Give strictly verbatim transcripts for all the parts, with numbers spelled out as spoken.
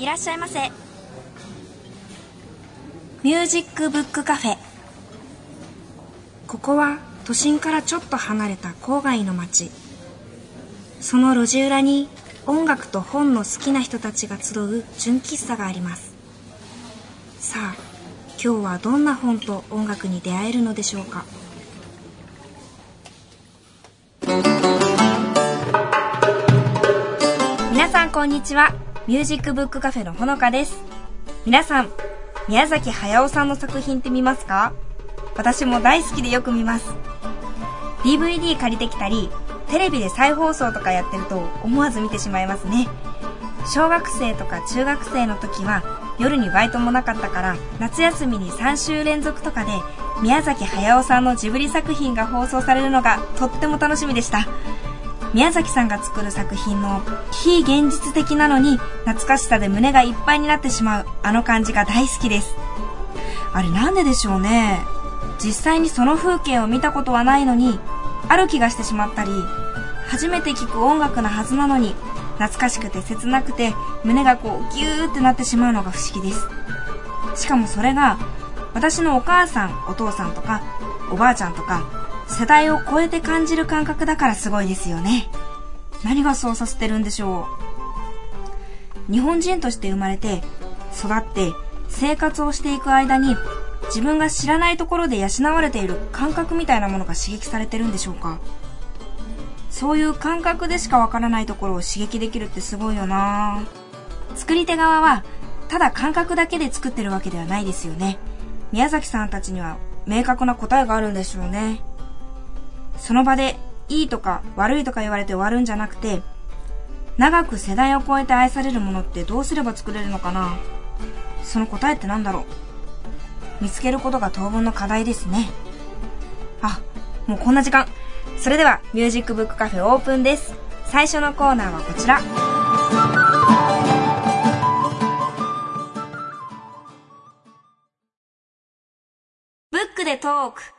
いらっしゃいませ。ミュージックブックカフェ。ここは都心からちょっと離れた郊外の町。その路地裏に音楽と本の好きな人たちが集う純喫茶があります。さあ、今日はどんな本と音楽に出会えるのでしょうか。皆さんこんにちは。ミュージックブックカフェのほのかです。皆さん、宮崎駿さんの作品って見ますか？私も大好きでよく見ます。 ディーブイディー 借りてきたり、テレビで再放送とかやってると思わず見てしまいますね。小学生とか中学生の時は夜にバイトもなかったから、夏休みにさん週連続とかで宮崎駿さんのジブリ作品が放送されるのがとっても楽しみでした。宮崎さんが作る作品の非現実的なのに懐かしさで胸がいっぱいになってしまうあの感じが大好きです。あれなんででしょうね。実際にその風景を見たことはないのにある気がしてしまったり、初めて聴く音楽なはずなのに懐かしくて切なくて胸がこうギューってなってしまうのが不思議です。しかもそれが私のお母さん、お父さんとかおばあちゃんとか世代を超えて感じる感覚だからすごいですよね。何がそうさせてるんでしょう。日本人として生まれて育って生活をしていく間に自分が知らないところで養われている感覚みたいなものが刺激されてるんでしょうか。そういう感覚でしかわからないところを刺激できるってすごいよな。作り手側はただ感覚だけで作ってるわけではないですよね。宮崎さんたちには明確な答えがあるんでしょうね。その場でいいとか悪いとか言われて終わるんじゃなくて、長く世代を超えて愛されるものってどうすれば作れるのかな。その答えってなんだろう。見つけることが当分の課題ですね。あ、もうこんな時間。それではミュージックブックカフェオープンです。最初のコーナーはこちら。ブックでトーク。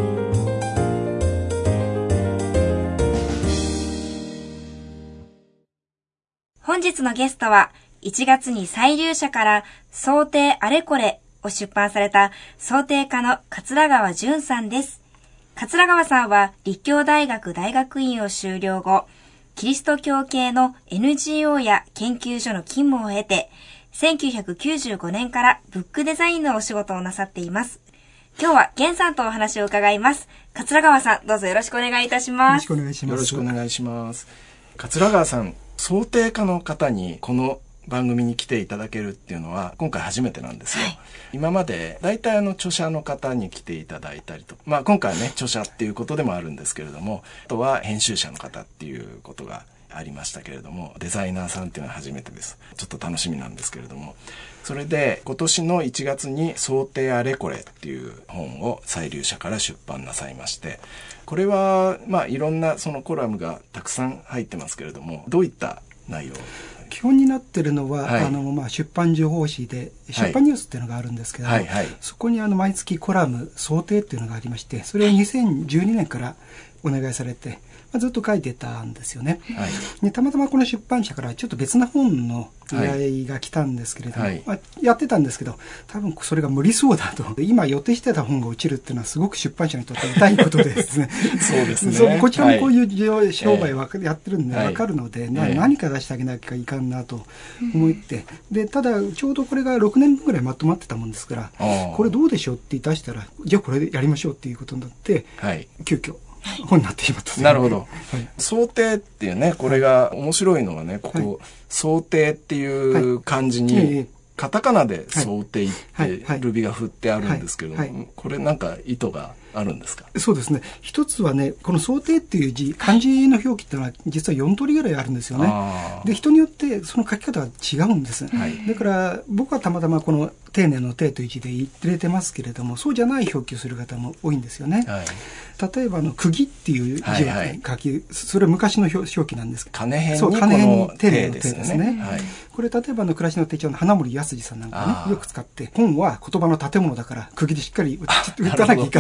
本日のゲストはいちがつに彩龍社から想定あれこれを出版された想定家の桂川純さんです。桂川さんは立教大学大学院を修了後、キリスト教系の エヌジーオー や研究所の勤務を経て、せんきゅうひゃくきゅうじゅうごねんからブックデザインのお仕事をなさっています。今日は源さんとお話を伺います。桂川さん、どうぞよろしくお願いいたします。 よろしくお願いします。 よろしくお願いします。桂川さん、想定家の方にこの番組に来ていただけるっていうのは今回初めてなんですよ、はい、今まで大体あの著者の方に来ていただいたりと、まあ今回はね著者っていうことでもあるんですけれども、あとは編集者の方っていうことがありましたけれども、デザイナーさんっていうのは初めてです。ちょっと楽しみなんですけれども、それで今年のいちがつに想定あれこれっていう本を彩龍社から出版なさいまして、これはまあいろんなそのコラムがたくさん入ってますけれども、どういった内容？ 基本になってるのは、はい、あのまあ、出版情報誌で出版ニュースっていうのがあるんですけども、はいはいはい、そこにあの毎月コラム想定っていうのがありまして、それをにせんじゅうにねんからお願いされて、まあ、ずっと書いてたんですよね、はい、でたまたまこの出版社からちょっと別な本の依頼が来たんですけれども、はいまあ、やってたんですけど、多分それが無理そうだと、今予定してた本が落ちるっていうのはすごく出版社にとって痛いことでですねそうですねそうこちらもこういう商売はやってるんで分かるので、えー、な何か出してあげなきゃいかんなと思って、でただちょうどこれがろくねんぶんぐらいまとまってたもんですから、これどうでしょうって出したら、じゃあこれでやりましょうっていうことになって、はい、急遽本になってしまった。 なるほど、はい、想定っていうね、これが面白いのはね、ここ、はい、想定っていう漢字に、はい、カタカナで想定ってルビが振ってあるんですけど、はいはいはい、これなんか意図があるんですか？ そうですね。一つはね、この想定っていう字、漢字の表記っていうのは実はよん通りぐらいあるんですよね。で、人によってその書き方が違うんです。はい、だから僕はたまたまこの丁寧の丁という字で入れてますけれども、そうじゃない表記をする方も多いんですよね。はい、例えばあの釘っていう字を書き、はいはい、それは昔の表記なんですけど、 金辺にこの丁寧の丁ですね。はい、 これ例えばの暮らしの手帳の花森康二さんなんかね、よく使って、本は言葉の建物だから釘でしっかり打たなきゃいかんと。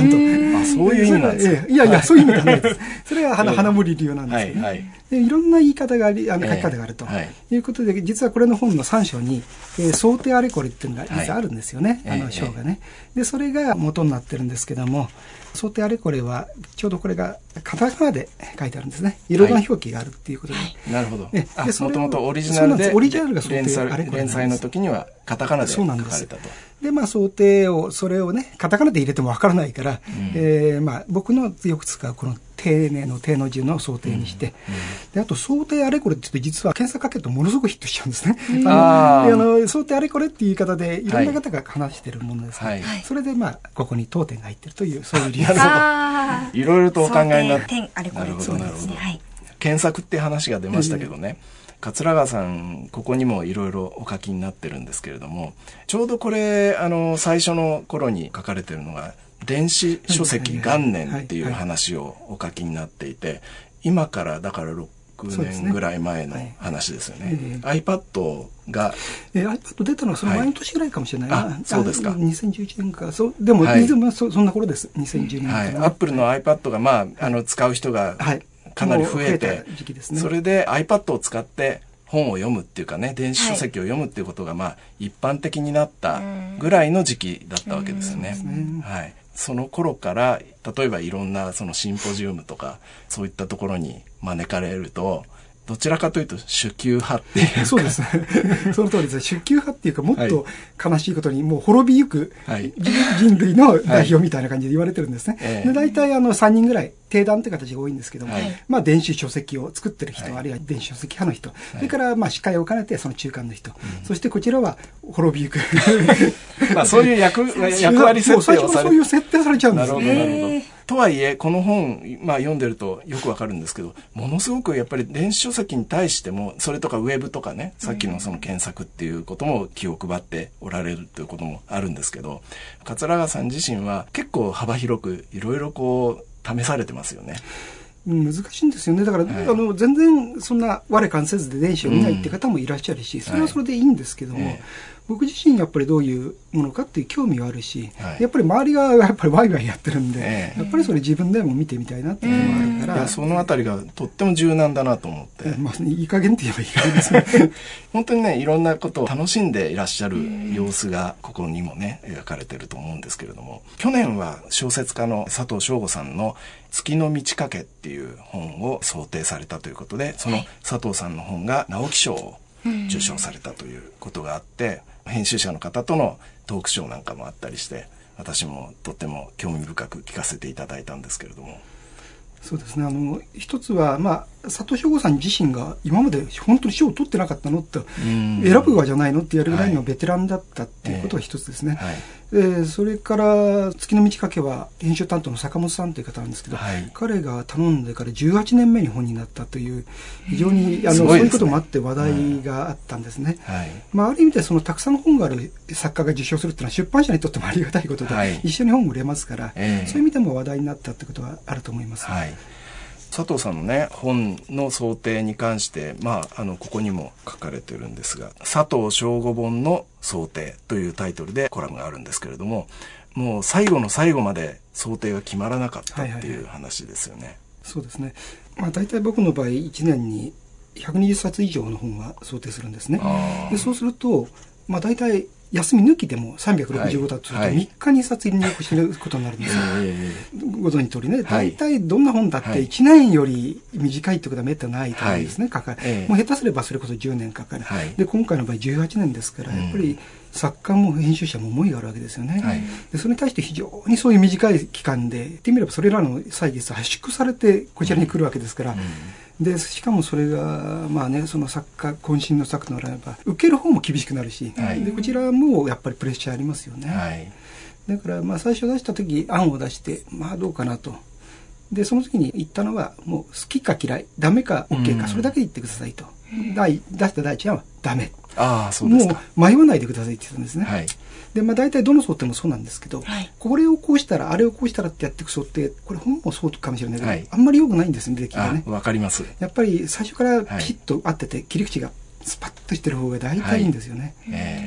あ、そういう意味なんですか。 いやいや、そういう意味じゃないです。それは花、花森流なんですけど、ね、 はいはい、 でいろんな言い方があり、あの書き方があると、えー、いうことで、実はこれの本のさん章に、えー、想定あれこれっていうのが実はあるんですよね、はい、あの章がね、えー。で、それが元になってるんですけども、想定あれこれは、ちょうどこれがカタカナで書いてあるんですね。色々な表記があるっていうことで。はい、 なるほど。で、もともとオリジナルで、 オリジナルが想定あれこれ連載の時にはカタカナで書かれたと。 で、まあ、想定を、それをね、カタカナで入れてもわからないから、うん、えー、まあ、僕のよく使うこの丁寧の丁の字の想定にして、うんうん、で、あと、想定あれこれって言って実は検索かけるとものすごくヒットしちゃうんですね。うん、あの、あの想定あれこれっていう言い方で、いろんな方が話してるものですから、はい、それで、まあ、ここに当店が入ってるという、そういう理由です。 いろいろとお考えになって。 点あれこれそうですね。はい。 検索って話が出ましたけどね。うん桂川さん、ここにもいろいろお書きになってるんですけれども、ちょうどこれ、あの、最初の頃に書かれてるのが、電子書籍元年っていう話をお書きになっていて、今からだからろくねんぐらい前の話ですよね。iPad が。 えー、iPad 出たのはその前の年ぐらいかもしれないな。 はい、あ、そうですか。 にせんじゅういちねんか。そう、でも、はい、そ, そんな頃です。にせんじゅうねん、ね。 はい。Apple の iPad が、まあ、あの、使う人が、はい。かなり増えて、ね、それで iPad を使って本を読むっていうかね、電子書籍を読むっていうことがまあ一般的になったぐらいの時期だったわけですよね。はい。その頃から例えばいろんなそのシンポジウムとかそういったところに招かれると、どちらかというと主級派っていうかそうですね。その通りです。主級派っていうかもっと悲しいことにもう滅びゆく、はい、人類の代表みたいな感じで言われてるんですね。はい、で大体あのさんにんぐらい定団って形が多いんですけども、はい、まあ電子書籍を作ってる人、はい、あるいは電子書籍派の人、はい、それからまあ司会を兼ねてその中間の人、はい、そしてこちらは滅びゆくまあそういう役役割設定をされる。そういう設定されちゃうんですね。 なるほどなるほど。とはいえこの本、まあ、読んでるとよくわかるんですけど、ものすごくやっぱり電子書籍に対してもそれとかウェブとかね、さっきのその検索っていうことも気を配っておられるということもあるんですけど、桂川さん自身は結構幅広くいろいろこう試されてますよね。 難しいんですよね。だから、はい、あの全然そんな我関せずで電子を見ないって方もいらっしゃるし、うん、それはそれでいいんですけども、はい、僕自身やっぱりどういうものかっていう興味はあるし、はい、やっぱり周りがやっぱりワイワイやってるんで、えー、やっぱりそれ自分でも見てみたいなっていうのもあるから、 いやそのあたりがとっても柔軟だなと思って、 まあ、いい加減って言えばいい加減ですね本当にね、いろんなことを楽しんでいらっしゃる様子がここにもね描かれてると思うんですけれども、去年は小説家の佐藤正吾さんの月の満ち欠けっていう本を想定されたということで、その佐藤さんの本が直木賞を受賞されたということがあって、編集者の方とのトークショーなんかもあったりして、私もとっても興味深く聞かせていただいたんですけれども。 そうですね。あの一つは、まあ、佐藤正吾さん自身が今まで本当に賞を取ってなかったのって選ぶわじゃないのってやるぐらいのベテランだったっていうことが一つですね。はい、えー、それから月の満ち欠けは編集担当の坂本さんという方なんですけど、はい、彼が頼んでからじゅうはちねんめに本になったという非常にあの、ね、そういうこともあって話題があったんですね。はい、まあ、ある意味でそのたくさん本がある作家が受賞するっていうのは出版社にとってもありがたいことで、はい、一緒に本も売れますから、えー、そういう意味でも話題になったってことはあると思います。はい、 佐藤さんのね本の想定に関して、まあ、あのここにも書かれてるんですが、佐藤正吾本の想定というタイトルでコラムがあるんですけれども、もう最後の最後まで想定が決まらなかったっていう話ですよね。はいはいはい、そうですね。 まあ、大体僕の場合いちねんにひゃくにじゅっさつ以上の本が想定するんですね。でそうすると、まあ、大体休み抜きでもさんびゃくろくじゅうごだとするとみっかにさつ入力することになるんですよ。ご存知通りね、大体どんな本だっていちねんより短いってことはめったにないと思うんですね。かかる。もう下手すればそれこそじゅうねんかかる。で今回の場合じゅうはちねんですから、やっぱり作家も編集者も思いがあるわけですよね。でそれに対して非常にそういう短い期間で言ってみればそれらの歳月圧縮されてこちらに来るわけですから、でしかもそれがまあね、その作家渾身の作とならば受ける方も厳しくなるし、はい、でこちらもやっぱりプレッシャーありますよね。はい、だからまあ最初出した時案を出してまあどうかなと。でその時に言ったのはもう好きか嫌いダメか OK か、それだけ言ってくださいと。第出した第一案はダメ。 ああそうですか。 もう迷わないでくださいって言ったんですね。はい、でまあ大体どの想定もそうなんですけど、はい、これをこうしたらあれをこうしたらってやっていく想定、これ本もそうかもしれないけど、はい、あんまり良くないんですね、出来がね。 わかります。 やっぱり最初からピシッと合ってて、はい、切り口がスパッとしてる方が大体いいんですよね。はい、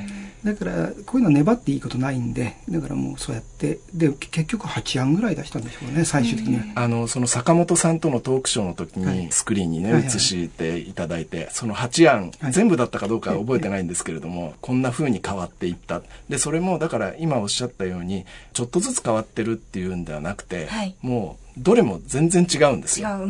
だからこういうのは粘っていいことないんで、だからもうそうやってで結局はちあんぐらい出したんでしょうね、最終的には。 あのその坂本さんとのトークショーの時はいにスクリーンにね、 はいはい映していただいて、そのはちあん、 はい全部だったかどうかは覚えてないんですけれども、こんな風に変わっていった。でそれもだから今おっしゃったようにちょっとずつ変わってるっていうんではなくて、 はい、 もうどれも全然違うんですよ。 違う、うんうん、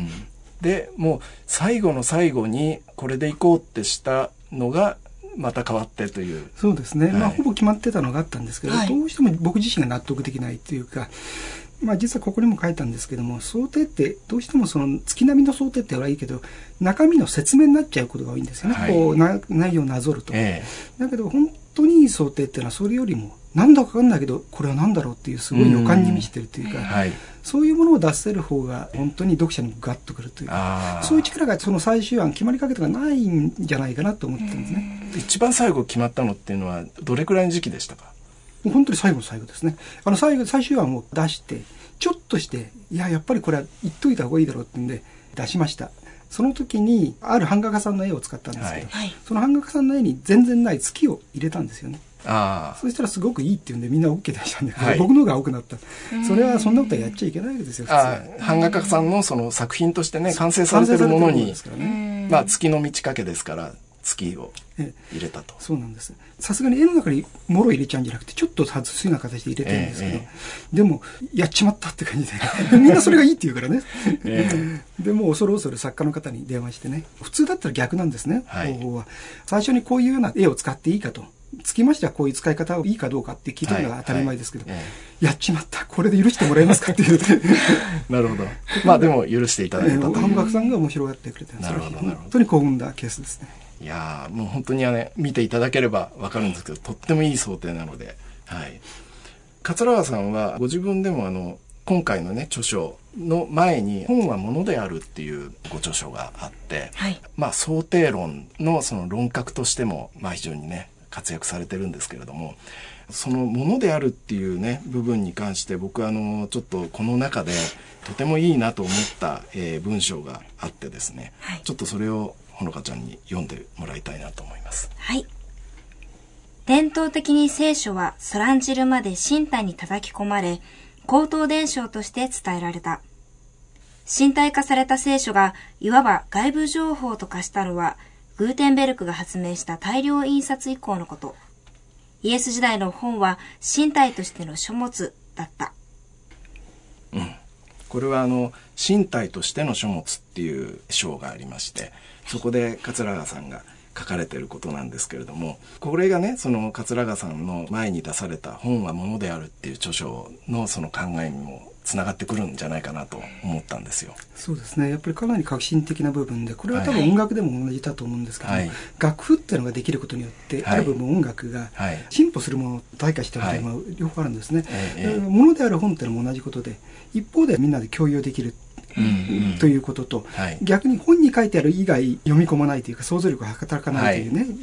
でもう最後の最後にこれでいこうってしたのがまた変わってという。 そうですね、 はい、 まあ、ほぼ決まってたのがあったんですけど、はい、どうしても僕自身が納得できないというか、まあ、実はここにも書いたんですけども、想定ってどうしてもその月並みの想定ってはいいけど中身の説明になっちゃうことが多いんですよね、はい、こうな内容をなぞると、えー、だけど本当にいい想定っていうのはそれよりもなんだか分かんないけどこれは何だろうっていうすごい予感に満ちてるというか、うんはい、そういうものを出せる方が本当に読者にガッとくるというか、そういう力がその最終案決まりかけとかないんじゃないかなと思ってるんですね。 一番最後決まったのっていうのはどれくらいの時期でしたか？ 本当に最後の最後ですね。あの最後最終案を出してちょっとしていややっぱりこれは言っといた方がいいだろうってんで出しました。その時にある版画家さんの絵を使ったんですけど、はい、その版画家さんの絵に全然ない月を入れたんですよね。あそしたらすごくいいっていうんでみんな OK 出したんだけど、はい、僕の方が多くなった。それはそんなことはやっちゃいけないわけですよ。 あ版画家さんのその作品としてね完成されてるものに、ね、まあ月の満ち欠けですから月を入れたと。 そうなんです。さすがに絵の中にもろ入れちゃうんじゃなくてちょっと外すような形で入れてるんですけど、ええ、でもやっちまったって感じでみんなそれがいいって言うからね、ええ、でもう恐る恐る作家の方に電話してね、普通だったら逆なんですね、はい、方法は最初にこういうような絵を使っていいかと、つきましてはこういう使い方をいいかどうかって聞いてるのが当たり前ですけど、はいはいええ、やっちまったこれで許してもらえますかっていうなるほど。まあでも許していただいたという版画家さんが面白がってくれて、 なるほどなるほど、 本当に幸運なケースですね。 いやもう本当にね見ていただければ分かるんですけど、とってもいい想定なので、はい、桂川さんはご自分でもあの今回のね著書の前に本はものであるっていうご著書があって、はい、まあ想定論のその論客としてもまあ非常にね活躍されてるんですけれども、そのものであるっていうね部分に関して僕はあのちょっとこの中でとてもいいなと思った、えー、文章があってですね、はい、ちょっとそれをほのかちゃんに読んでもらいたいなと思います。 はい。伝統的に聖書はそらんじるまで身体に叩き込まれ、口頭伝承として伝えられた。身体化された聖書がいわば外部情報と化したのは、グーテンベルクが発明した大量印刷以降のこと。イエス時代の本は身体としての書物だった。 うん。これはあの身体としての書物っていう章がありまして、そこで桂川さんが書かれていることなんですけれども、これがねその桂川さんの前に出された本はものであるっていう著書のその考えにもつながってくるんじゃないかなと思ったんですよ。 そうですね、やっぱりかなり革新的な部分で、これは多分音楽でも同じだと思うんですけども、はい、楽譜っていうのができることによって、はい、ある部分音楽が進歩するものと退化しているというのが両方あるんですね、はい、ものである本っていうのも同じことで、一方でみんなで共有できるうんうん、ということと、はい、逆に本に書いてある以外読み込まないというか想像力が働かないというね、はい、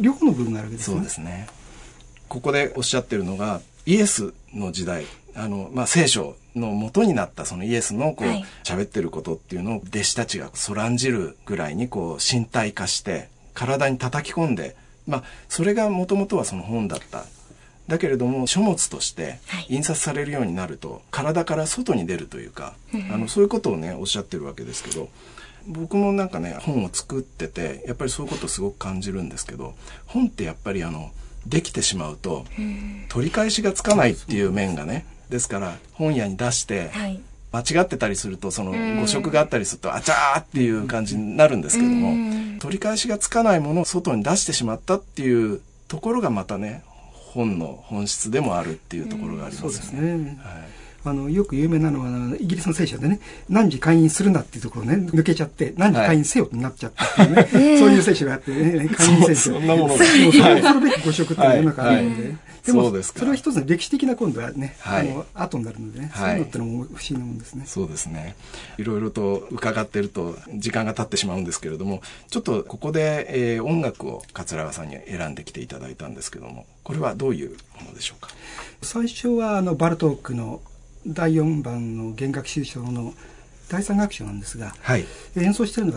両方の部分があるわけですね。 そうですね。ここでおっしゃってるのがイエスの時代、あの、まあ、聖書の元になったそのイエスのこう、はい、喋ってることっていうのを弟子たちがそらんじるぐらいにこう身体化して体に叩き込んで、まあ、それがもともとはその本だった。だけれども書物として印刷されるようになると、はい、体から外に出るというか、あのそういうことをねおっしゃってるわけですけど、僕もなんかね本を作っててやっぱりそういうことをすごく感じるんですけど、本ってやっぱりあのできてしまうと取り返しがつかないっていう面がね、ですから本屋に出して、はい、間違ってたりするとその誤植があったりするとあちゃーっていう感じになるんですけども、取り返しがつかないものを外に出してしまったっていうところがまたね本の本質でもあるっていうところがありますよね。そうですね。はい、 あのよく有名なのはイギリスの聖書でね、何時会員するなっていうところをね抜けちゃって何時会員せよになっちゃったっていうね、はい、そういう聖書があってね、会員聖書そんなものが恐るべき誤植っていう世の中あるので、はいはい、でも そ, それは一つの歴史的な今度はね、はい、あの後になるのでね、はい、そういうのってのも不思議なもんですね。 そうですね。いろいろと伺ってると時間が経ってしまうんですけれども、ちょっとここで、えー、音楽を桂川さんに選んできていただいたんですけども、これはどういうものでしょうか。 最初はあのバルトークのだいよんばんの弦楽四重奏のだいさん楽章なんですが、はい、演奏しているのが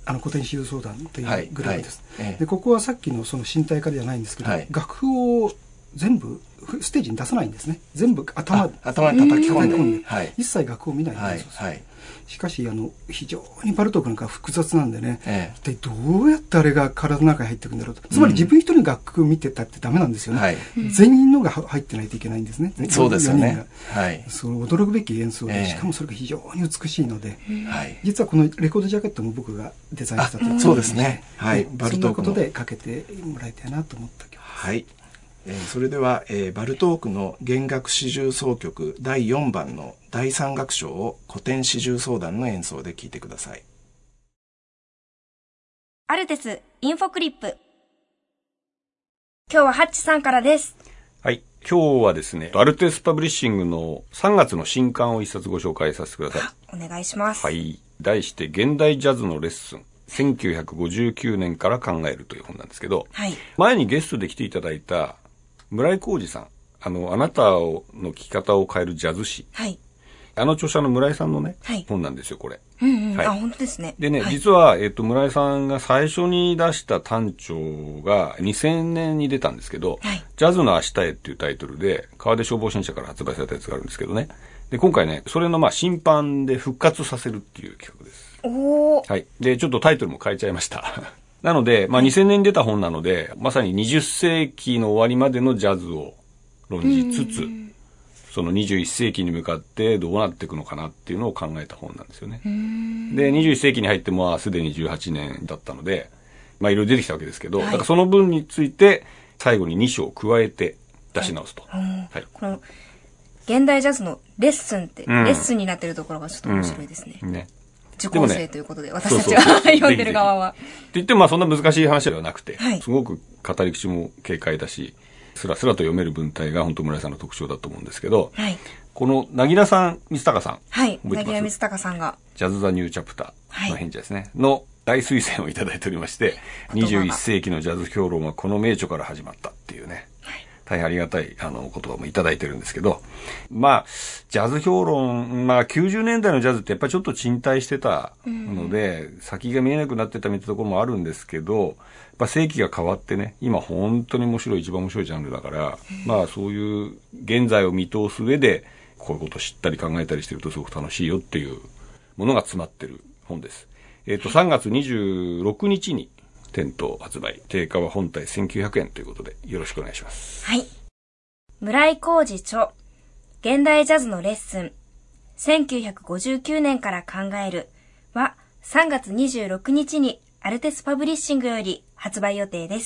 あの古典詩相談というグループです、 はいはい、 でここはさっきのその身体化じゃないんですけど、はい、楽譜を全部ステージに出さないんですね。全部頭頭に叩き込んで、んではい、一切楽譜を見ないんです、はいはい、しかしあの非常にバルトークなんか複雑なんでね、ええ、一体どうやってあれが体の中に入っていくんだろうと、つまり自分一人の楽譜見てたってダメなんですよね、はい、全員のが入ってないといけないんですね。 そうですよね、 はい、その驚くべき演奏で、ええ、しかもそれが非常に美しいので、はい、実はこのレコードジャケットも僕がデザインしたというそうですね、はい、 バルトークのそんなことでかけてもらいたいなと思った曲です。 はい、えー、それでは、えー、バルトークの弦楽四重奏曲だいよんばんのだいさん楽章を古典四重奏団の演奏で聴いてください。 アルテスインフォクリップ。今日はハッチさんからです。 はい、今日はですね、アルテスパブリッシングのさんがつの新刊を一冊ご紹介させてください。お願いします。 はい、題して現代ジャズのレッスンせんきゅうひゃくごじゅうきゅうねんから考えるという本なんですけど、はい、前にゲストで来ていただいた村井浩二さん、あの、あなたの聴き方を変えるジャズ詩。はい。あの著者の村井さんのね、はい、本なんですよ、これ。 うんうん。はい、あ、本当ですね。 でね、 はい、 実は、えっと、村井さんが最初に出した短調がにせんねんに出たんですけど、はい、ジャズの明日へっていうタイトルで、川出消防新社から発売されたやつがあるんですけどね。で、今回ね、それのまあ、新版で復活させるっていう企画です。 おー。 はい。で、ちょっとタイトルも変えちゃいました。なので、まあ、にせんねんに出た本なので、まさににじゅっせいきの終わりまでのジャズを論じつつ、そのにじゅういっせいきに向かってどうなっていくのかなっていうのを考えた本なんですよね。で、にじゅういっせいきに入っても、まあ、すでにじゅうはちねんだったので、まあ、いろいろ出てきたわけですけど、はい、だからその分について、最後にに章加えて出し直すと。はい。はい、 この、現代ジャズのレッスンって、うん、レッスンになってるところがちょっと面白いですね。うん、ね。受講生ということで、でね、私たちは読んでる側は。 って言ってもまあそんな難しい話ではなくて、はい、すごく語り口も軽快だし、スラスラと読める文体が本当村井さんの特徴だと思うんですけど、はい、このなぎらさん、水高さん。 はい、なぎら水高さんが。 ジャズ・ザ・ニュー・チャプターの編者ですね。はい、の大推薦をいただいておりまして、にじゅういっせいきのジャズ評論はこの名著から始まったっていうね。大変ありがたい、あの、言葉もいただいてるんですけど、まあ、ジャズ評論、まあ、きゅうじゅうねんだいのジャズってやっぱりちょっと沈滞してたので、うん、先が見えなくなってたみたいなところもあるんですけど、やっぱ世紀が変わってね、今本当に面白い、一番面白いジャンルだから、うん、まあ、そういう現在を見通す上で、こういうことを知ったり考えたりしてるとすごく楽しいよっていうものが詰まってる本です。えっと、さんがつにじゅうろくにちに、店頭発売。定価は本体せんきゅうひゃくえんということでよろしくお願いします。 はい。村井浩二著、現代ジャズのレッスン、せんきゅうひゃくごじゅうきゅうねんから考えるはさんがつにじゅうろくにちにアルテスパブリッシングより発売予定です。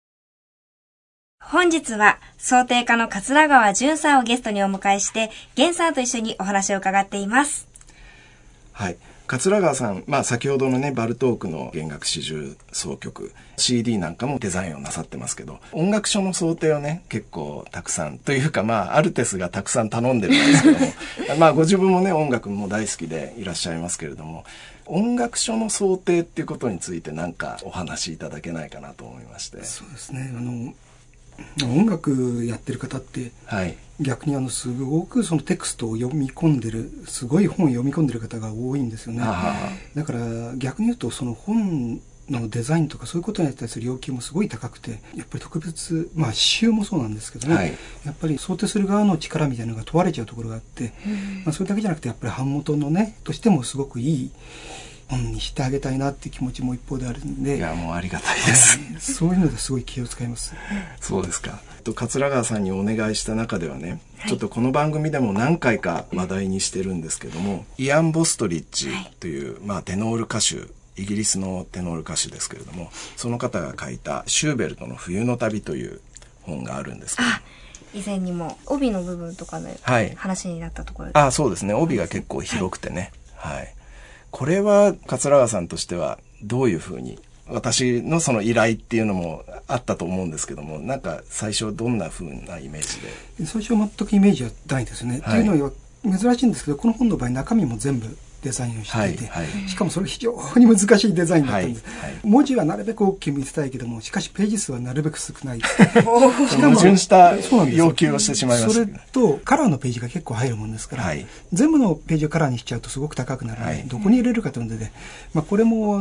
本日は装丁家の桂川淳さんをゲストにお迎えして、源さんと一緒にお話を伺っています。 はい。桂川さん、まあ先ほどのね、バルトークの弦楽四重奏曲、シーディー なんかもデザインをなさってますけど、音楽書の装丁をね、結構たくさん、というかまあ、アルテスがたくさん頼んでるんですけども、まあご自分もね、音楽も大好きでいらっしゃいますけれども、音楽書の装丁っていうことについて何かお話しいただけないかなと思いまして。 そうですね。あの、音楽やってる方って、はい、逆にあのすごくそのテクストを読み込んでる、すごい本を読み込んでる方が多いんですよね。だから逆に言うとその本のデザインとかそういうことに対する要求もすごい高くて、やっぱり特別、まあ詩集もそうなんですけどね、はい、やっぱり想定する側の力みたいなのが問われちゃうところがあって、まあ、それだけじゃなくてやっぱり版元のねとしてもすごくいい本にしてあげたいなっていう気持ちも一方であるんで、 いやもうありがたいです、 はい、そういうのですごい気を使います。 そうですか。と桂川さんにお願いした中ではね、はい、ちょっとこの番組でも何回か話題にしてるんですけども、イアン・ボストリッチという、はい、まあテノール歌手、イギリスのテノール歌手ですけれども、その方が書いたシューベルトの冬の旅という本があるんですけど、 あ、以前にも帯の部分とかの話になったところで、 はい、あ、そうですね。帯が結構広くてね、はい、はい、これは桂川さんとしてはどういうふうに、私のその依頼っていうのもあったと思うんですけども、なんか最初どんなふうなイメージで？ 最初は全くイメージはないですね。はい、というのは珍しいんですけど、この本の場合中身も全部デザインをしていて、はいはい、しかもそれ非常に難しいデザインだったんです、はいはい、文字はなるべく大きく見せたいけども、しかしページ数はなるべく少ないしかも矛盾した要求をしてしまいます。 それとカラーのページが結構入るもんですから、はい、全部のページをカラーにしちゃうとすごく高くなるので、はい、どこに入れるかというので、まあ、これもあの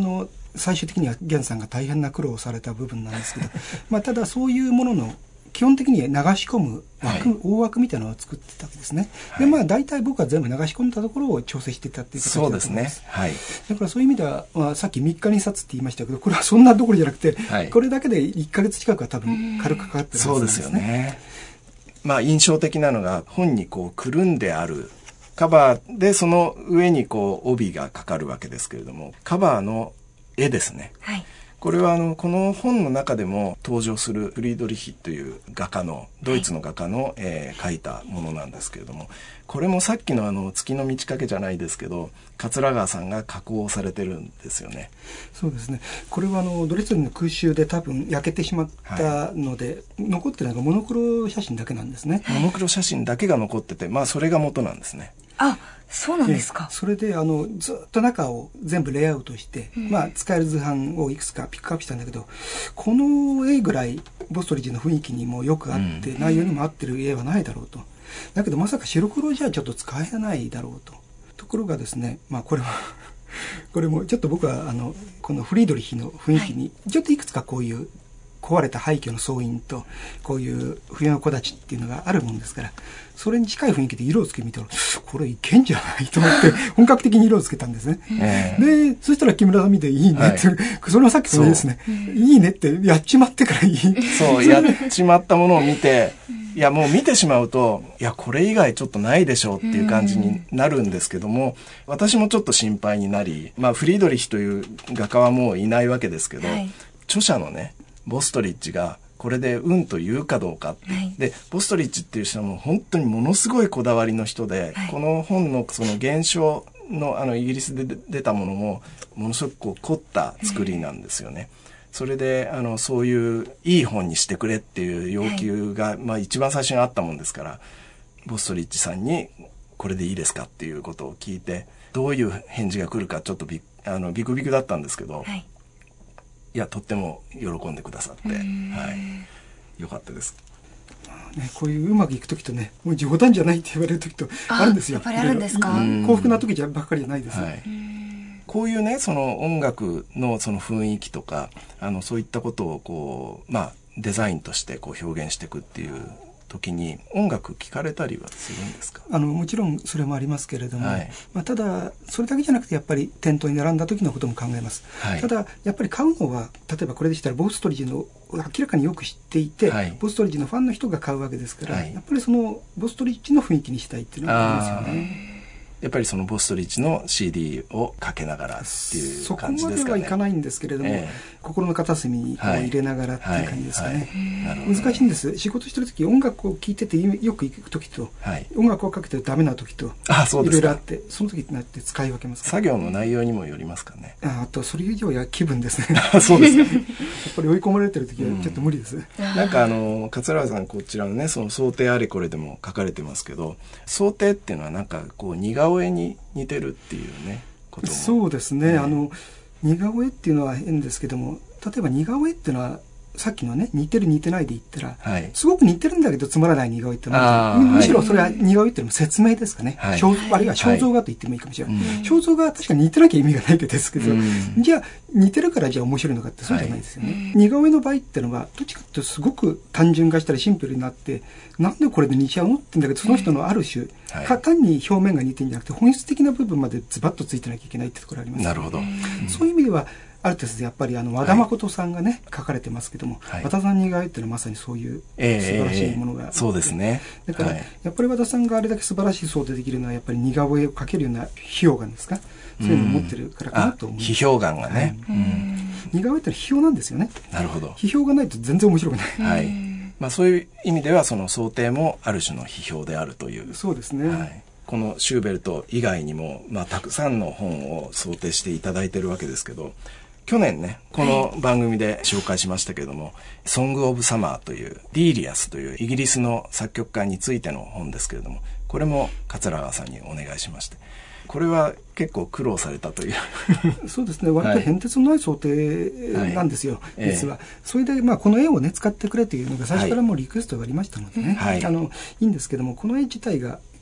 最終的には源さんが大変な苦労をされた部分なんですけどまあただそういうものの基本的に流し込む枠、はい、大枠みたいなのを作ってたわけですね、はい、でまあ大体僕は全部流し込んだところを調整していたっていう形だと思います。 そうですね、はい、 だからそういう意味では、まあ、さっきみっかにさつって言いましたけどこれはそんなどころじゃなくて、はい、これだけでいっかげつ近くは多分軽くかかってるはずなんですね。 そうですよね。まあ印象的なのが本にこうくるんであるカバーでその上にこう帯がかかるわけですけれども、カバーの絵ですね、はい、これはあのこの本の中でも登場するフリードリヒという画家のドイツの画家の、はいえー、描いたものなんですけれども、これもさっきのあの月の満ち欠けじゃないですけど桂川さんが加工されてるんですよね。 そうですね。これはあのドレスデンの空襲で多分焼けてしまったので、はい、残ってるのがモノクロ写真だけなんですね。 モノクロ写真だけが残ってて、まあそれが元なんですね。 あ、そうなんですか。 それであのずっと中を全部レイアウトして、うん、まあ使える図版をいくつかピックアップしたんだけど、この絵ぐらいボストリッジの雰囲気にもよく合って、うん、内容にも合ってる絵はないだろうと。だけどまさか白黒じゃちょっと使えないだろうと。ところがですね、まあこれはこれもちょっと僕はあのこのフリードリヒの雰囲気にちょっといくつかこういう壊れた廃墟の総員とこういう冬の木立っていうのがあるもんですから、それに近い雰囲気で色をつけてみたらこれいけんじゃないと思って本格的に色をつけたんですね、えー、でそしたら木村さん見ていいねって、はい、それはさっきそれですね、いいねってやっちまってからいいそうやっちまったものを見ていやもう見てしまうといやこれ以外ちょっとないでしょうっていう感じになるんですけども、私もちょっと心配になり、まあフリードリヒという画家はもういないわけですけど、はい、著者のねボストリッチがこれでうんと言うかどうかって、はい、でボストリッチっていう人はもう本当にものすごいこだわりの人で、はい、この本のその原書のあのイギリスで出たものもものすごくこう凝った作りなんですよね、はい、それであのそういういい本にしてくれっていう要求が、はい、まあ一番最初にあったもんですから、ボストリッチさんにこれでいいですかっていうことを聞いて、どういう返事が来るかちょっとビあのビクビクだったんですけど、はい、いやとっても喜んでくださって、はい、よかったです。 ね、こういううまくいく時とね、もう冗談じゃないって言われる時とあるんですよ。 やっぱりあるんですか。 幸福な時じゃばっかりじゃないです、ね。はい、 こういうね、その音楽のその雰囲気とか、あのそういったことをこうまあデザインとしてこう表現していくっていう時に音楽聴かれたりはするんですか？ あのもちろんそれもありますけれども、はい、まあ、ただそれだけじゃなくてやっぱり店頭に並んだ時のことも考えます、はい、ただやっぱり買うのは例えばこれでしたらボストリッジの明らかによく知っていて、はい、ボストリッジのファンの人が買うわけですから、はい、やっぱりそのボストリッジの雰囲気にしたいっていうのがありますよね。 やっぱりそのボストリッジの シーディー をかけながらっていう感じですかね。 そこまではいかないんですけれども、えー、心の片隅にこう入れながらっていう感じですかね、はいはい、難しいんです。仕事してる時音楽を聴いててよく行く時と、はい、音楽をかけてダメな時といろいろあって、その時になって使い分けます。 作業の内容にもよりますかね。 あ, あとそれ以上や気分ですね。 そうですか。やっぱり追い込まれてる時はちょっと無理です、うん、 なんかあの桂川さんこちらのねその想定あれこれでも書かれてますけど、想定っていうのはなんかこう似顔絵に似てるっていうねことも。 そうですね、ね、あの似顔絵っていうのは変ですけども、例えば似顔絵っていうのはさっきのね似てる似てないで言ったら、はい、すごく似てるんだけどつまらない似顔絵ってのはむしろそれは似顔絵っていうのも説明ですかね、はい、あるいは肖像画と言ってもいいかもしれない、はい、肖像画は確かに似てなきゃ意味がないわけですけど、うん、じゃあ似てるからじゃあ面白いのかってそうじゃないですよね、はい、似顔絵の場合っていうのはどっちかっていうとすごく単純化したりシンプルになって、なんでこれで似ちゃうのって言うんだけど、その人のある種、はい、単に表面が似てるんじゃなくて本質的な部分までズバッとついてなきゃいけないってところあります、ね、 なるほど、うん、 そういう意味ではある程度やっぱりあの和田誠さんがね、はい、書かれてますけども、はい、和田さんに似顔絵っていうのはまさにそういう素晴らしいものがあって、えー、そうですね。だから、はい、やっぱり和田さんがあれだけ素晴らしい想定できるのはやっぱり似顔絵を描けるような批評眼ですか、そういうのを持ってるからかなと思う。 批評眼がね、 はい、うん、似顔絵って批評なんですよね。 なるほど。 批評がないと全然面白くない。 はい。まあそういう意味ではその想定もある種の批評であるという。 そうですね。はい。 このシューベルト以外にも、まあ、たくさんの本を想定していただいているわけですけど、去年ねこの番組で紹介しましたけれども、はい、ソング・オブ・サマーというディーリアスというイギリスの作曲家についての本ですけれども、これも桂川さんにお願いしまして、これは結構苦労されたというそうですね、割と変哲のない想定なんですよ、はい、実は、えー、それで、まあ、この絵をね使ってくれというのが最初からもうリクエストがありましたのでね、はい、あのいいんですけども、この絵自体が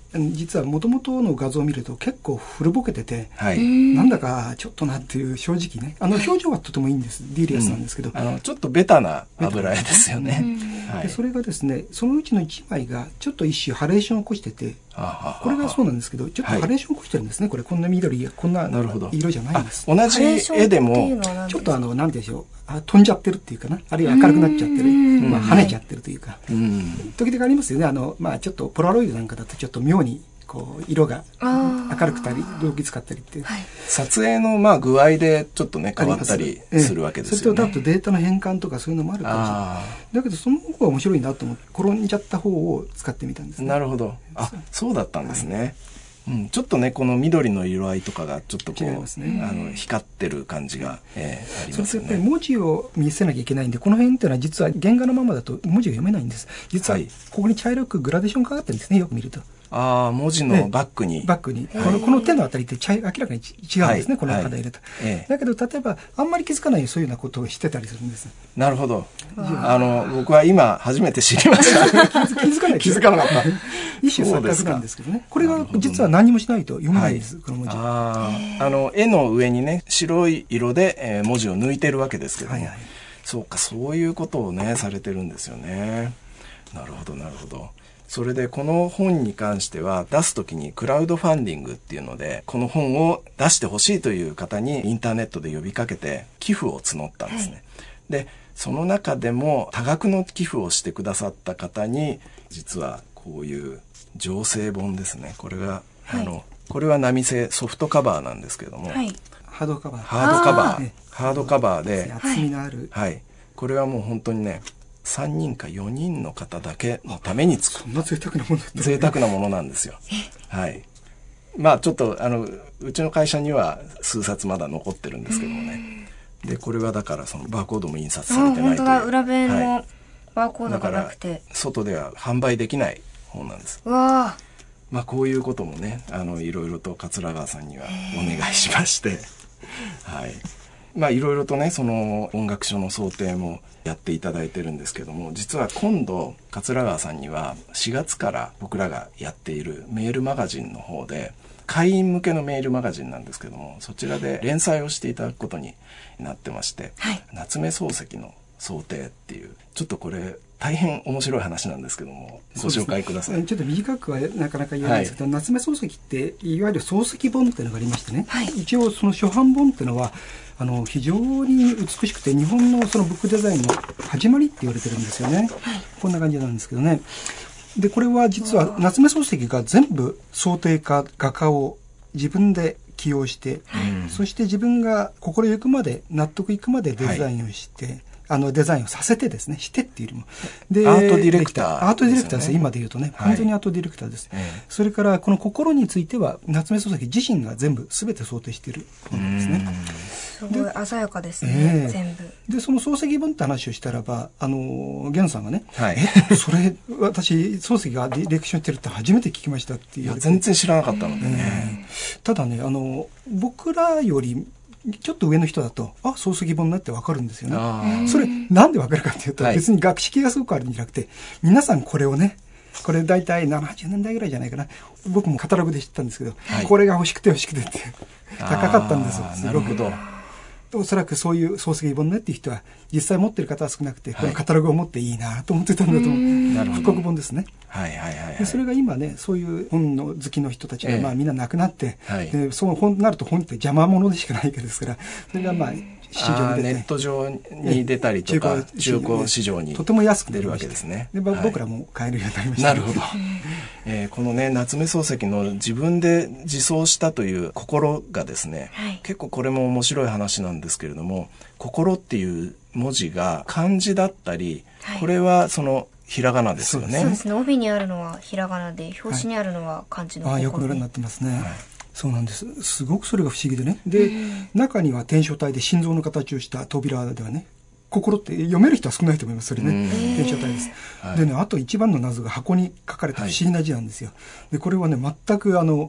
実は元々の画像を見ると結構古ぼけてて、 はい、 なんだかちょっとなっていう正直ね、あの表情はとてもいいんです、ディリアスなんですけど、 うん、あのちょっとベタな油絵ですよね、 はい、でそれがですね、そのうちのいちまいがちょっと一種ハレーションを起こしてて、これがそうなんですけど、ちょっとハレーションを起こしてるんですね、はい、これこんな緑やこんな色じゃないんです。 同じ絵でもちょっとあのなんていうんでしょう、あ飛んじゃってるっていうかな、あるいは明るくなっちゃってる、まあ、跳ねちゃってるというか、うん時々ありますよね、あの、まあ、ちょっとポラロイドなんかだとちょっと妙にこう色が明るくたり動機使ったりって、はい、 撮影のまあ具合でちょっとね変わったりするわけですよね。 それとだとデータの変換とかそういうのもあるかもしれない。だけどその方が面白いなと思って転んじゃった方を使ってみたんですね。 なるほど。あ、そうだったんですね。はい、うん、ちょっとねこの緑の色合いとかがちょっとこう、ね、あの光ってる感じが、えー、ありますよね。 それとやっぱり文字を見せなきゃいけないんで、この辺っていうのは実は原画のままだと文字が読めないんです。実はここに茶色くグラデーションかかってるんですね、よく見ると。 ああ、文字のバックに、 ね、バックに、はい、このこの手のあたりって茶明らかに違うんですね、はい、この肌入れと、はい、だけど例えばあんまり気づかないそういうようなことをしてたりするんです。 なるほど。あの僕は今初めて知りました気づかない気づかなかった一種錯覚なんですけどね、これが実は何もしないと読めないんです、はい、この文字。 ああの絵の上にね白い色で、えー、文字を抜いてるわけですけども、はいはい、そうか、そういうことをねされてるんですよね。なるほどなるほど。それでこの本に関しては出すときにクラウドファンディングっていうのでこの本を出してほしいという方にインターネットで呼びかけて寄付を募ったんですね、はい、でその中でも多額の寄付をしてくださった方に実はこういう情勢本ですね、これが、はい、あのこれは波製ソフトカバーなんですけども、はい、 ハードカバーハードカバーハードカバーで厚みのある、 はい、これはもう本当にねさんにんかよにんの方だけのために作る。 そんな贅沢なものだった、ね、 贅沢なものなんですよ。はい。まあちょっとあのうちの会社には数冊まだ残ってるんですけどもね。でこれはだからそのバーコードも印刷されてないという。 本当だ、裏面のバーコードがなくて、はい、 外では販売できない本なんです。 うわあ。 まあこういうこともね、あのいろいろと桂川さんにはお願いしまして、はい。まあいろいろとねその音楽書の想定もやっていただいてるんですけども、実は今度桂川さんにはしがつから僕らがやっているメールマガジンの方で会員向けのメールマガジンなんですけども、そちらで連載をしていただくことになってまして、はい、夏目漱石の想定っていうちょっとこれ大変面白い話なんですけどもご紹介ください。 ね、ちょっと短くはなかなか言えないんですけど、はい、夏目漱石っていわゆる漱石本っていうのがありましてね、はい、一応その初版本っていうのはあの非常に美しくて日本のそのブックデザインの始まりって言われてるんですよね、はい、こんな感じなんですけどね。でこれは実は夏目漱石が全部想定家画家を自分で起用して、うん、そして自分が心ゆくまで納得いくまでデザインをして、はい、あのデザインをさせてですね、してっていうよりもでアートディレクター、 アートディレクターです、今で言うとね、はい、完全にアートディレクターです、えー、それからこの心については夏目漱石自身が全部全て想定しているものですね。 すごい鮮やかですね、えー、全部でその漱石本って話をしたらばあの源さんがね、 はい、 えそれ私漱石がディレクションしてるって初めて聞きましたっていう。 全然知らなかったのでね、 えー、ただねあの僕らよりちょっと上の人だとあ漱石本だって分かるんですよね。それなんで分かるかっていうと、はい、別に学識がすごくあるんじゃなくて皆さんこれをねこれ大体ななじゅうねんだいぐらいじゃないかな、僕もカタログで知ったんですけど、はい、これが欲しくて欲しくてって高かったんですよ。すごくおそらくそういう漱石本ねっていう人は実際持ってる方は少なくて、はい、このカタログを持っていいなと思ってたんだと思う。復刻本ですね。 はいはいはい、はい、 でそれが今ねそういう本の好きの人たちが、ええ、まあみんな亡くなって、はい、でその本になると本って邪魔者でしかないわけですから、それがまあ市場に出てネット上に出たりとか中古市場にとても安く出るわけですね。 で、はい、僕らも買えるようになりました、 ね、なるほど、えー、このね夏目漱石の自分で自走したという心がですね、はい、結構これも面白い話なんですけれども、心っていう文字が漢字だったり、はい、これはそのひらがなですよね。 そうですね、帯にあるのはひらがなで表紙にあるのは漢字の、 はい、ああよくご覧になってますね、はい、そうなんです。すごくそれが不思議でね。で、中には篆書体で心臓の形をした扉ではね、心って読める人は少ないと思います。それね、篆書体です、はい、でね、あと一番の謎が箱に書かれた不思議な字なんですよ、はい、でこれはね全くあの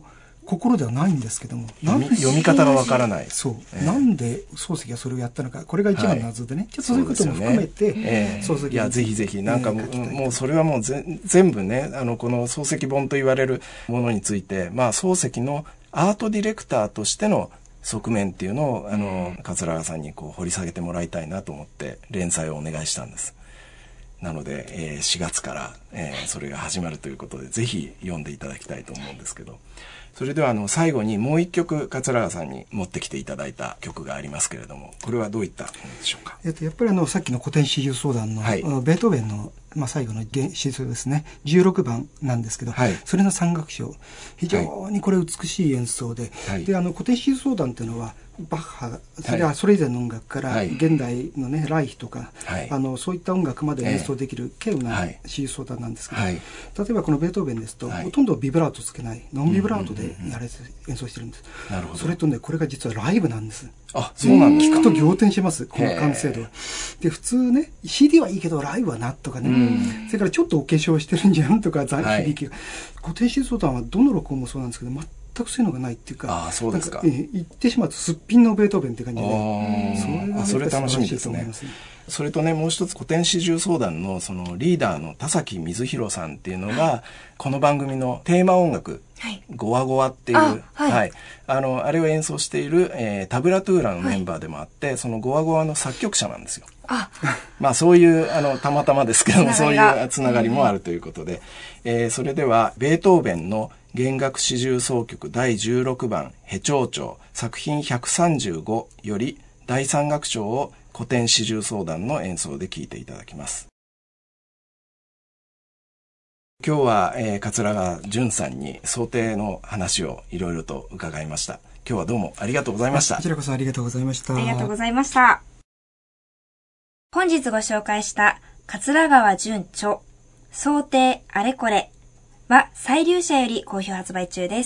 心ではないんですけども、 なんで読み方がわからない。 そう、えー、なんで漱石がそれをやったのか、これが一番の謎でね、はい、ちょっとそういうことも含めて、 ねえー、漱石いやぜひぜひなんかもう、えー、もうそれはもうぜ全部ね、あのこの漱石本と言われるものについて、まあ漱石のアートディレクターとしての側面っていうのをあの桂川さんにこう掘り下げてもらいたいなと思って連載をお願いしたんです。なので、えー、しがつから、えー、それが始まるということで、ぜひ読んでいただきたいと思うんですけど、それではあの最後にもう一曲桂川さんに持ってきていただいた曲がありますけれども、これはどういったものでしょうか。 えっと、やっぱりあのさっきの古典四重奏団の、はい、あのベートーベンの、まあ、最後の詩奏ですね、じゅうろくばんなんですけど、はい、それの三楽章、非常にこれ美しい演奏で、はい、であの古典四重奏団っていうのはバッハ、それはそれ以前の音楽から、はい、現代のねライヒとか、はい、あのそういった音楽まで演奏できる稀有な四重奏団なんですけど、はい、例えばこのベートーベンですと、はい、ほとんどビブラートつけないノンビブラートでやれ、演奏してるんです。なるほど。それとねこれが実はライブなんです。 あ、そうなんですか。 聞くと仰天します、この完成度は。で普通ね シーディー はいいけどライブはなとかね、それからちょっとお化粧してるんじゃんとか響きが、はい、古典四重奏団はどの録音もそうなんですけど全くそういうのがないっていうか、 あ、そうですか。 なんか、えー、言ってしまうとすっぴんのベートーベンって感じで、 それが、ね、それ楽しみですね。それとね、もう一つ古典四重奏団のそのリーダーの田崎水弘さんっていうのが、はい、この番組のテーマ音楽、はい、ゴワゴワっていう、あ、はいはい、あのあれを演奏している、えー、タブラトゥーラのメンバーでもあって、はい、そのゴワゴワの作曲者なんですよ。あまあそういうあのたまたまですけども、そういうつながりもあるということで、えー、それではベートーベンの弦楽四重奏曲だいじゅうろくばんヘ長調作品ひゃくさんじゅうごよりだいさん楽章を古典四重奏団の演奏で聴いていただきます。今日は、えー、桂川純さんに想定の話をいろいろと伺いました。今日はどうもありがとうございました。 こちらこそありがとうございました。 ありがとうございました。本日ご紹介した桂川純著想定あれこれは彩龍社より好評発売中です。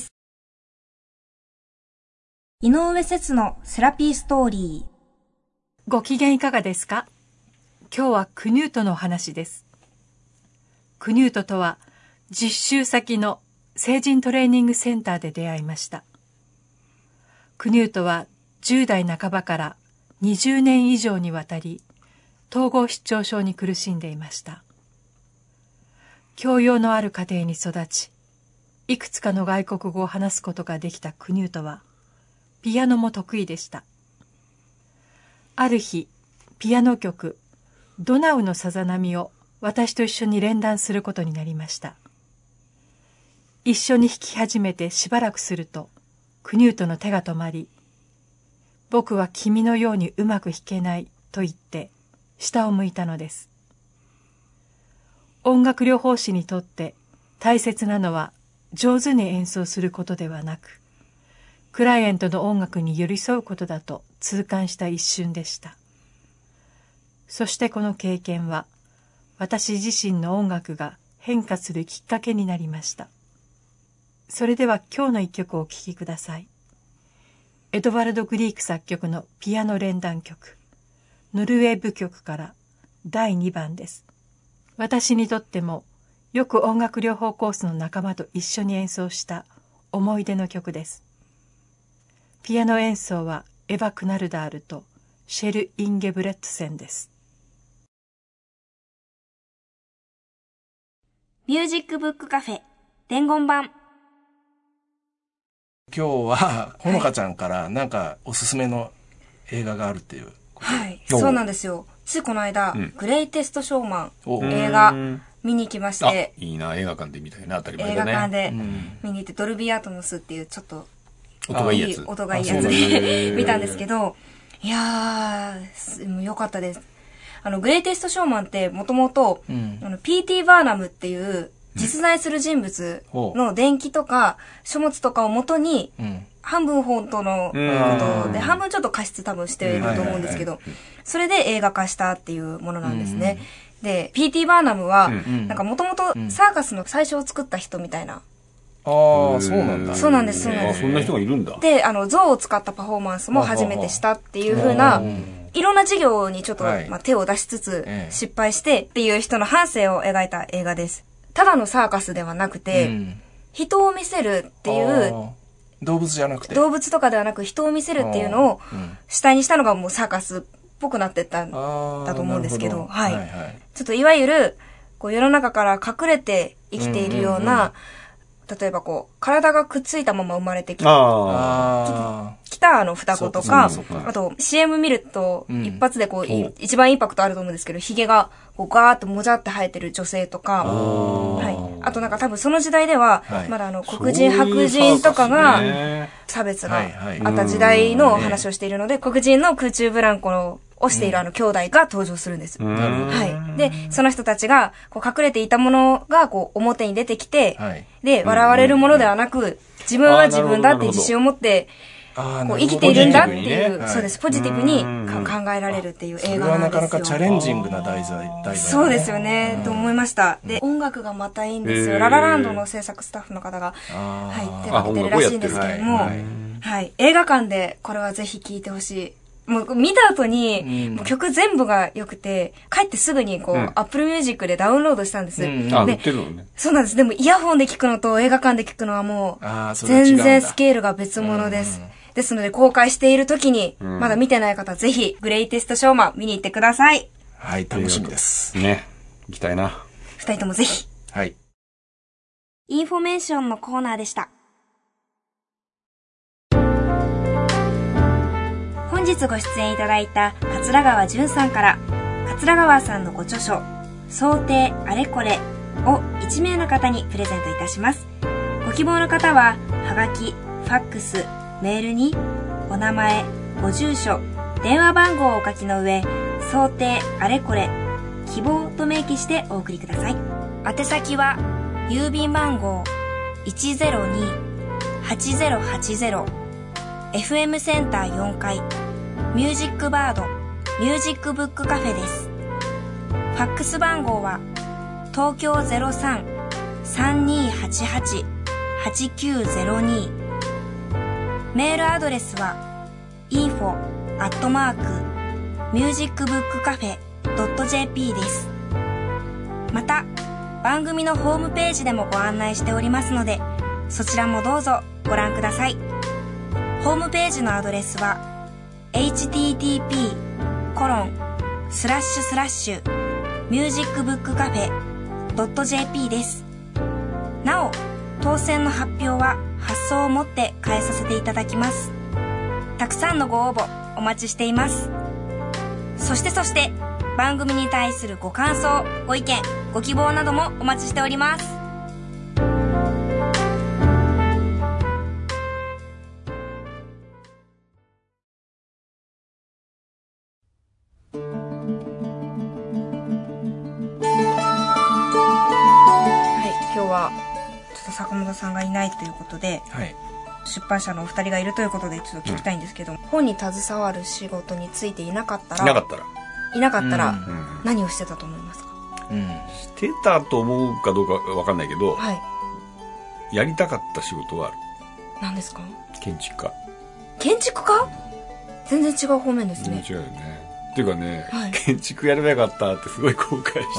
井上節のセラピーストーリー。 ご機嫌いかがですか？今日はクニュートのお話です。クニュートとは実習先の成人トレーニングセンターで出会いました。クニュートはじゅう代半ばからにじゅうねん以上にわたり統合失調症に苦しんでいました。教養のある家庭に育ち、いくつかの外国語を話すことができたクニュートは、ピアノも得意でした。ある日、ピアノ曲、ドナウのさざ波を私と一緒に連弾することになりました。一緒に弾き始めてしばらくすると、クニュートの手が止まり、僕は君のようにうまく弾けないと言って、下を向いたのです。音楽療法士にとって大切なのは上手に演奏することではなく、クライエントの音楽に寄り添うことだと痛感した一瞬でした。そしてこの経験は、私自身の音楽が変化するきっかけになりました。それでは今日の一曲をお聴きください。エドワルド・グリーク作曲のピアノ連弾曲、ノルウェー舞曲からだいにばんです。私にとってもよく音楽療法コースの仲間と一緒に演奏した思い出の曲です。ピアノ演奏はエヴァ・クナルダールとシェル・インゲブレットセンです。 ミュージックブックカフェ伝言版。 今日はほのかちゃんからなんかおすすめの映画があるっていうことで。 はい、そうなんですよ。ついこの間、うん、グレイテストショーマン映画見に行きまして、 いいな、映画館で見たいな、当たり前だね。 映画館で見に行って、ドルビーアトモスっていうちょっと音がいいやつ、 音がいいやつで見たんですけど、いやー良かったです。あのグレイテストショーマンってもともと ピーティー バーナムっていう実在する人物の伝記とか書物とかをもとに、うん、半分本当のことで半分ちょっと過失多分していると思うんですけど、それで映画化したっていうものなんですね。うん、で ピーティー バーナムは、うん、なんかもともとサーカスの最初を作った人みたいな。 ああ、そうなんだ。 そうなんです、そうなんです。 そんな人がいるんだ。 で、あの象を使ったパフォーマンスも初めてしたっていう風な、いろんな事業にちょっと、はい、まあ、手を出しつつ失敗してっていう人の半生を描いた映画です。ただのサーカスではなくて、うん、人を見せるっていう動物じゃなくて動物とかではなく人を見せるっていうのを主体にしたのがもうサーカスっぽくなってったんだと思うんですけど、はい、はいはい、ちょっといわゆるこう世の中から隠れて生きているような、うんうんうん、例えばこう体がくっついたまま生まれてきたあ来たあの双子とか、あと シーエム 見ると一発でこう、うん、一番インパクトあると思うんですけど、ヒゲがこうガーッともじゃって生えてる女性とか、はい、あとなんか多分その時代では、はい、まだあの黒人白人とかが差別があった時代の話をしているので、黒人の空中ブランコのをしているあの兄弟が登場するんです。はい。で、その人たちが、こう隠れていたものが、こう表に出てきて、はい、で、笑われるものではなく、自分は自分だって自信を持って、こう生きているんだっていう、ね、そうです、ポジティブに考えられるっていう映画なんですよ。それはなかなかチャレンジングな題材、題材、ね。 そうですよね、と思いました。で、音楽がまたいいんですよ。ララランドの制作スタッフの方が、はい、手がけてるらしいんですけども、はい、はい、映画館でこれはぜひ聴いてほしい。もう見た後に、うん、もう曲全部が良くて、帰ってすぐにこう、うん、Apple Music でダウンロードしたんです。うん、 あ、売ってるのね。 そうなんです。でもイヤホンで聴くのと映画館で聴くのはもう、全然スケールが別物です。ですので公開している時に、うん、まだ見てない方ぜひ、グレイテストショーマン見に行ってください。 はい、楽しみです。 ね。行きたいな。 二人ともぜひ。 はい。 インフォメーションのコーナーでした。本日ご出演いただいた桂川純さんから桂川さんのご著書想定あれこれをいち名の方にプレゼントいたします。ご希望の方ははがき、ファックス、メールにお名前、ご住所、電話番号をお書きの上、想定あれこれ希望と明記してお送りください。宛先は郵便番号 いちゼロに はちゼロはちゼロ エフエム センターよんかいミュージックバードミュージックブックカフェです。ファックス番号は東京 ゼロさん さんにーはちはち はちきゅうゼロに メールアドレスは インフォ アットマーク ミュージックブックカフェ ドット ジェーピー です。また番組のホームページでもご案内しておりますので、そちらもどうぞご覧ください。ホームページのアドレスはエイチティーティーピーコロンスラッシュスラッシュミュージックブックカフェ ドット ジェーピー です。なお当選の発表は発送をもって返させていただきます。たくさんのご応募お待ちしています。そしてそして番組に対するご感想、ご意見、ご希望などもお待ちしております。坂本さんがいないということで、はい、出版社のお二人がいるということでちょっと聞きたいんですけど、うん、本に携わる仕事についていなかったらいなかったらいなかったら何をしてたと思いますか？ うん、してたと思うかどうかわかんないけど、はい、やりたかった仕事はある。 何ですか？ 建築家。 建築家？全然違う方面ですね。 全然違うよね。っていうかね、はい、建築やればよかったってすごい後悔してる。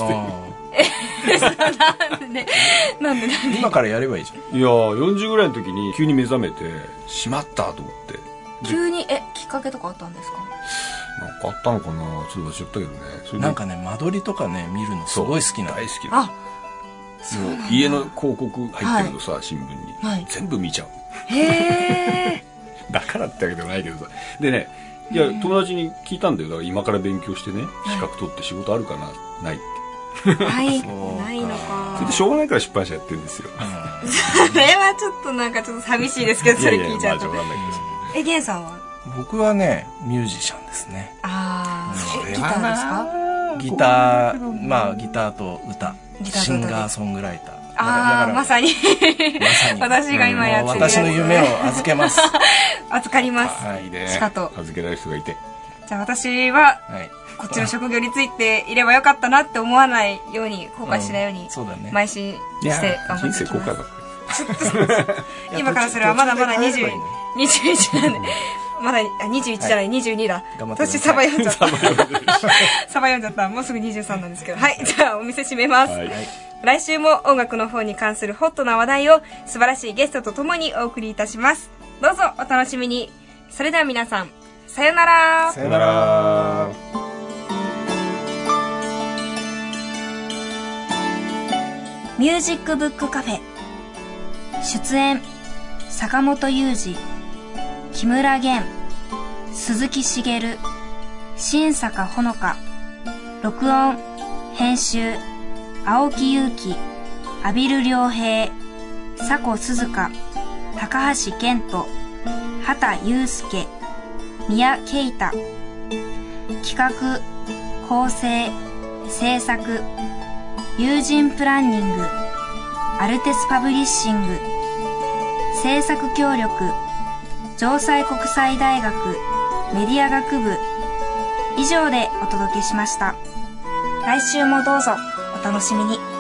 なんでなんでなんで今からやればいいじゃん。 いやよんじゅうぐらいの時に急に目覚めてしまったと思って。 急にえきっかけとかあったんですか？ なんかあったのかな、ちょっと忘れちゃったけどね。 それなんかね間取りとかね見るのすごい好きな。 大好きな。あ、そうなんだ。家の広告入ってるのさ、はい、新聞に、はい、全部見ちゃう。へえ。だからってわけでもないけどさ。でね、いや友達に聞いたんだよ。だから今から勉強してね、資格取って仕事あるかな、ないって。 はい、ないのか。 それでしょうがないから出版社やってるんですよ。 それはちょっとなんかちょっと寂しいですけど、それ聞いちゃうと。いやいや、まあ、え、ゲンさんは？ 僕はねミュージシャンですね。 ああ、ギターですか？ ギター、まあギターと歌、シンガーソングライター。 ああ、まさに私が今やってるやつ。 私の夢を預けます。 預かります。 はいね。 しかと預けられる人がいて。 じゃあ私は、はい、こっちの職業についていればよかったなって思わないように、後悔しないように、邁進して頑張っていきます。人生後悔ばっかり。今からそれはまだまだにじゅう、にじゅういちなんで、まだにじゅういちじゃない、にじゅうにだ。私サバ読んじゃった。サバ読んじゃった。もうすぐにじゅうさんなんですけど。はい、じゃあお店閉めます。来週も音楽の方に関するホットな話題を素晴らしいゲストとともにお送りいたします。 どうぞお楽しみに。それでは皆さん、さよなら。 さよなら。 ミュージックブックカフェ。出演坂本雄二、木村玄、鈴木茂、新坂ほのか。録音編集青木祐希、阿比留良平、佐古鈴香、高橋健人、畑祐介、宮慶太。企画構成制作友人プランニングアルテスパブリッシング。制作協力城西国際大学メディア学部。以上でお届けしました。来週もどうぞお楽しみに。